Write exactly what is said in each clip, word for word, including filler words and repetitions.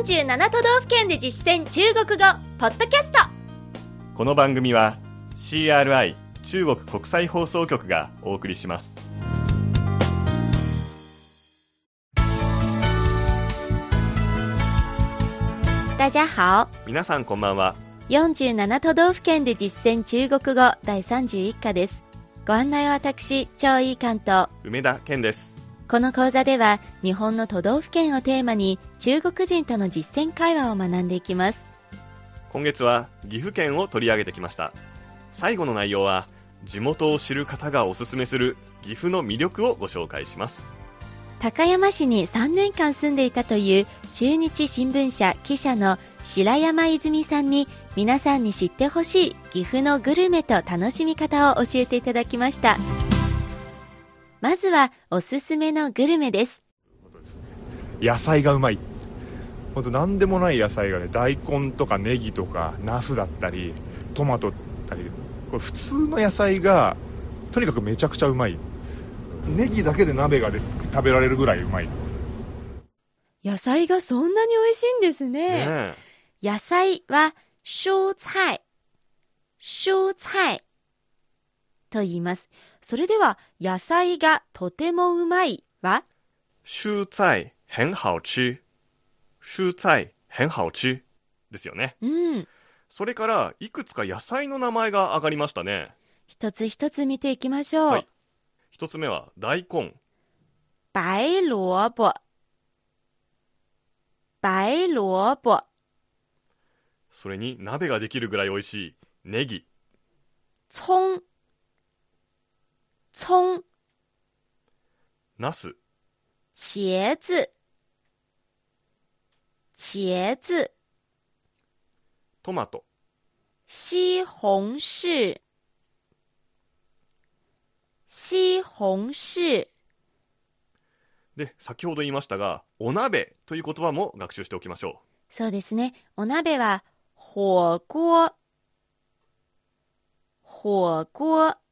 よんじゅうなな都道府県で実践中国語ポッドキャスト。 この番組は シーアールアイ 中国国際放送局がお送りします。 大家好。 皆さんこんばんは。 よんじゅうなな都道府県で実践中国語だいさんじゅういっ課です。ご案内は私、張井関と梅田健です。 この講座では日本の都道府県をテーマに中国人との実践会話を学んでいきます。 今月は岐阜県を取り上げてきました。最後の内容は地元を知る方がおすすめする岐阜の魅力をご紹介します。 高山市にさんねんかん住んでいたという中日新聞社記者の白山泉さんに皆さんに知ってほしい岐阜のグルメと楽しみ方を教えていただきました。まずはおすすめのグルメです。 野菜がうまい。ほんと何でもない野菜がね、大根とかネギとかナスだったりトマトだったり、これ普通の野菜がとにかくめちゃくちゃうまい。ネギだけで鍋がで食べられるぐらいうまい。 野菜がそんなに美味しいんですね。 ねえ。野菜は蔬菜、蔬菜と言います。それでは野菜がとてもうまいは蔬菜很好吃。蔬菜很好吃ですよね。 うん。 それからいくつか野菜の名前が挙がりましたね。 一つ一つ見ていきましょう。 はい。一つ目は大根。 白萝卜、白萝卜。 それに鍋ができるぐらい美味しいネギ。 葱、葱。 ナス。 茄子、茄子。 トマト。 西红柿、西红柿。 で、先ほど言いましたが、お鍋という言葉も学習しておきましょう。 そうですね。お鍋は火锅、火锅。 い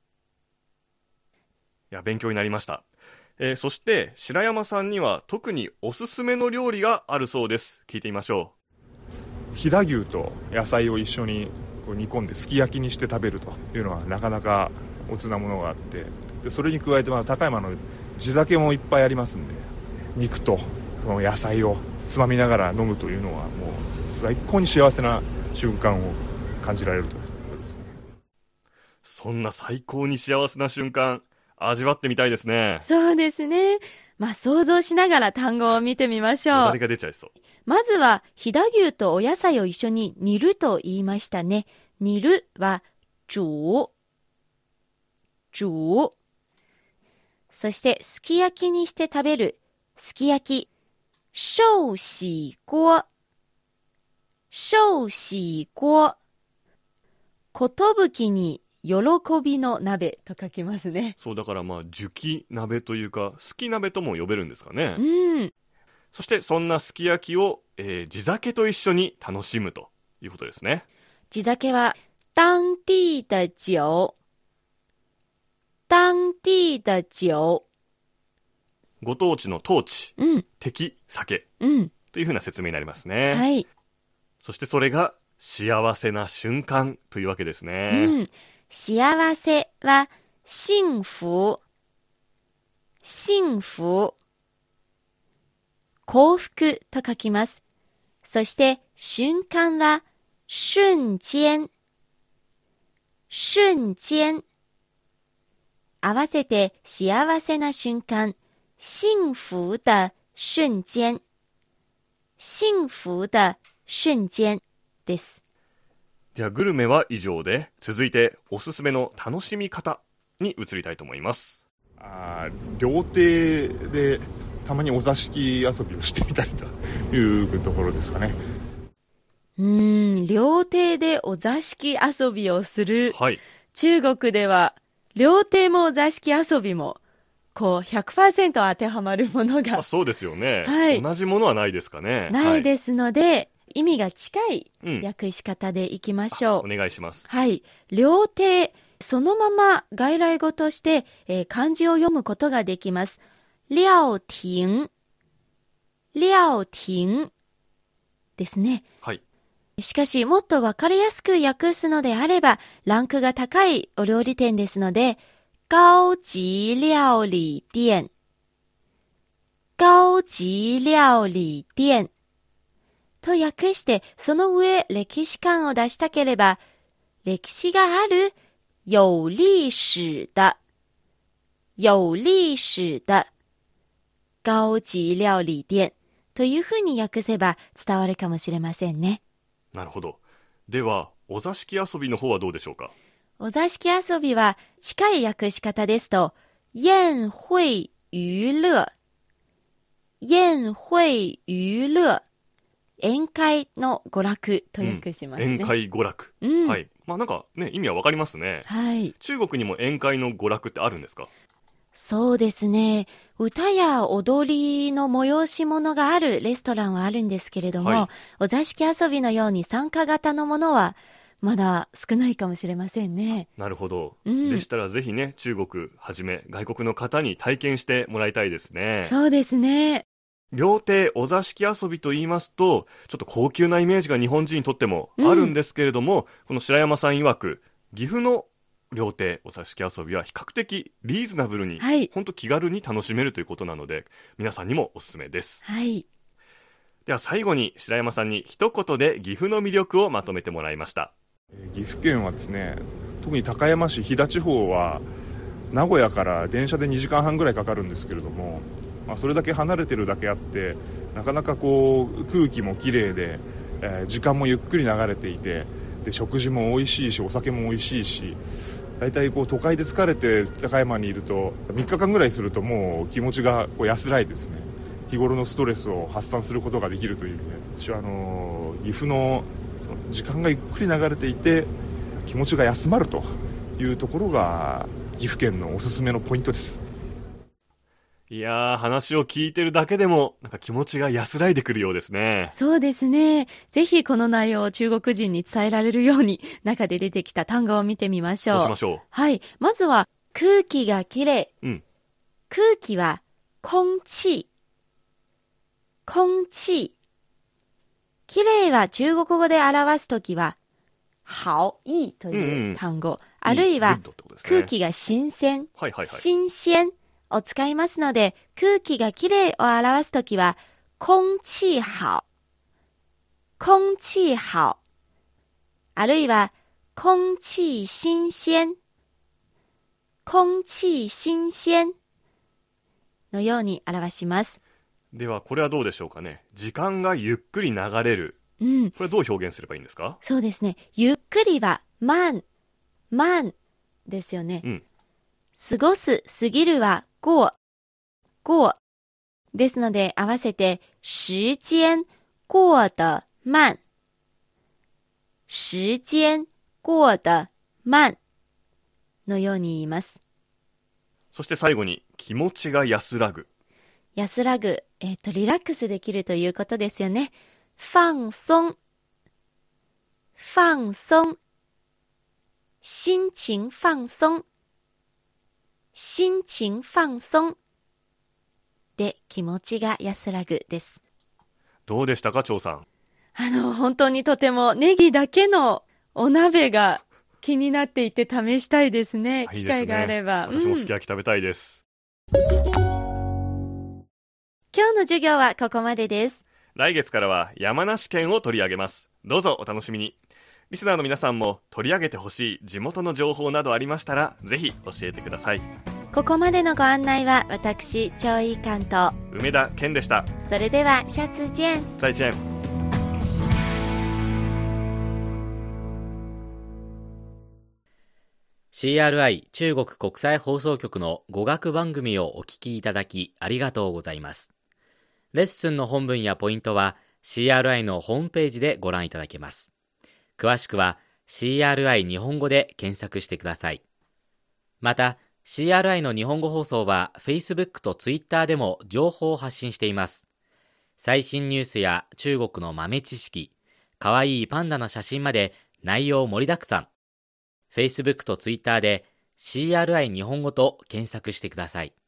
や、勉強になりました。えー、そして白山さんには特におすすめの料理があるそうです。聞いてみましょう。飛騨牛と野菜を一緒にこう煮込んですき焼きにして食べるというのはなかなかおつなものがあって、でそれに加えてまあ高山の地酒もいっぱいありますんで、肉とその野菜をつまみながら飲むというのはもう最高に幸せな瞬間を感じられるということですね。 そんな最高に幸せな瞬間味わってみたいですね。 そうですね。まあ想像しながら単語を見てみましょう。 よだれが出ちゃいそう。 まずは飛騨牛とお野菜を一緒に煮ると言いましたね。煮るは煮、煮。そしてすき焼きにして食べるすき焼き、寿喜锅、寿喜锅。ことぶきに喜びの鍋と書きますね。 そうだからまあ寿喜鍋というかすき鍋とも呼べるんですかね。 うん。 そしてそんなすき焼きを、えー、地酒と一緒に楽しむということですね。 地酒は当地的酒、当地的酒。 ご当地の当地、 うん、 的酒、 うん、 というふうな説明になりますね。 はい。そしてそれが幸せな瞬間というわけですね。 うん、幸せは幸福、幸福。幸福と書きます。そして瞬間は瞬間、瞬間。合わせて幸せな瞬間、幸福的瞬間、幸福的瞬間です。 ではグルメは以上で、続いておすすめの楽しみ方に移りたいと思います。 あ、料亭でたまにお座敷遊びをしてみたりというところですかね。 うーん、料亭でお座敷遊びをする、 はい、 中国では料亭もお座敷遊びもこう ひゃくパーセント 当てはまるものが、 あ、そうですよね、 はい、 同じものはないですかね。 ないですので、はい、意味が近いうん、 訳し方でいきましょう。 お願いします。 はい、料亭、そのまま外来語として、えー、漢字を読むことができます。料亭、料亭。 ですね。 はい。 しかし、もっとわかりやすく訳すのであれば、ランクが高いお料理店ですので、高級料理店。高級料理店。と訳して、その上歴史感を出したければ、歴史がある、有历史的、有历史的、高級料理店というふうに訳せば伝わるかもしれませんね。 なるほど。では、お座敷遊びの方はどうでしょうか？ お座敷遊びは近い訳し方ですと、宴会娛乐、宴会娛乐、宴会の娯楽と訳しますね。 うん、宴会娯楽、 うん、 はい。まあなんかね、意味はわかりますね。 はい。 中国にも宴会の娯楽ってあるんですか？ そうですね。歌や踊りの催し物があるレストランはあるんですけれども、はい、お座敷遊びのように参加型のものはまだ少ないかもしれませんね。 なるほど、 うん、 でしたらぜひね、中国はじめ外国の方に体験してもらいたいですね。 そうですね。 料亭お座敷遊びと言いますと、ちょっと高級なイメージが日本人にとってもあるんですけれども、うん、この白山さん曰く、岐阜の料亭お座敷遊びは比較的リーズナブルに、はい、本当気軽に楽しめるということなので、皆さんにもおすすめです。 はい。 では最後に白山さんに一言で岐阜の魅力をまとめてもらいました。 岐阜県はですね、特に高山市飛騨地方は名古屋から電車でにじかんはんぐらいかかるんですけれども、まあ、それだけ離れてるだけあってなかなかこう空気もきれいで、えー、時間もゆっくり流れていて、で食事も美味しいしお酒も美味しいし、だいたいこう都会で疲れて高山にいるとみっかかんぐらいするともう気持ちがこう安らいですね、日頃のストレスを発散することができるという意味で、私はあのー、岐阜の時間がゆっくり流れていて気持ちが休まるというところが岐阜県のおすすめのポイントです。 いやー、話を聞いてるだけでもなんか気持ちが安らいでくるようですね。 そうですね。ぜひこの内容を中国人に伝えられるように中で出てきた単語を見てみましょう。 そうしましょう。 はい。まずは空気がきれい、 うん、 空気は空気、空気。きれいは中国語で表すときは好、いいという単語、うんうん、あるいは空気が新鮮、 はいはいはい、 新鮮を使いますので、空気がきれいを表すときは空気好、空気好、あるいは空気新鮮、空気新鮮のように表します。 ではこれはどうでしょうかね。時間がゆっくり流れる、 うん、 これどう表現すればいいんですか？ そうですね。ゆっくりは慢、慢ですよね。 うん、 過ごす、過ぎるは過、過ですので合わせて時間過得慢、時間過得慢のように言います。 そして最後に気持ちが安らぐ。 安らぐ、えっと、リラックスできるということですよね。放鬆、放鬆、心情放鬆、心情放鬆で気持ちが安らぐです。 どうでしたか、張さん。 あの、本当にとてもネギだけのお鍋が気になっていて試したいですね。 いいですね、 機会があれば。 私もすき焼き食べたいです。 うん、今日の授業はここまでです。 来月からは山梨県を取り上げます。どうぞお楽しみに。リスナーの皆さんも取り上げてほしい地元の情報などありましたらぜひ教えてください。 ここまでのご案内は私、張一貫と梅田健でした。 それでは下次見。 再见。 シーアールアイ 中国国際放送局の語学番組をお聞きいただきありがとうございます。レッスンの本文やポイントは シーアールアイ のホームページでご覧いただけます。詳しくは シーアールアイ 日本語で検索してください。また シーアールアイ の日本語放送は Facebook と Twitter でも情報を発信しています。最新ニュースや中国の豆知識、かわいいパンダの写真まで内容盛りだくさん。Facebook と Twitter で シーアールアイ 日本語と検索してください。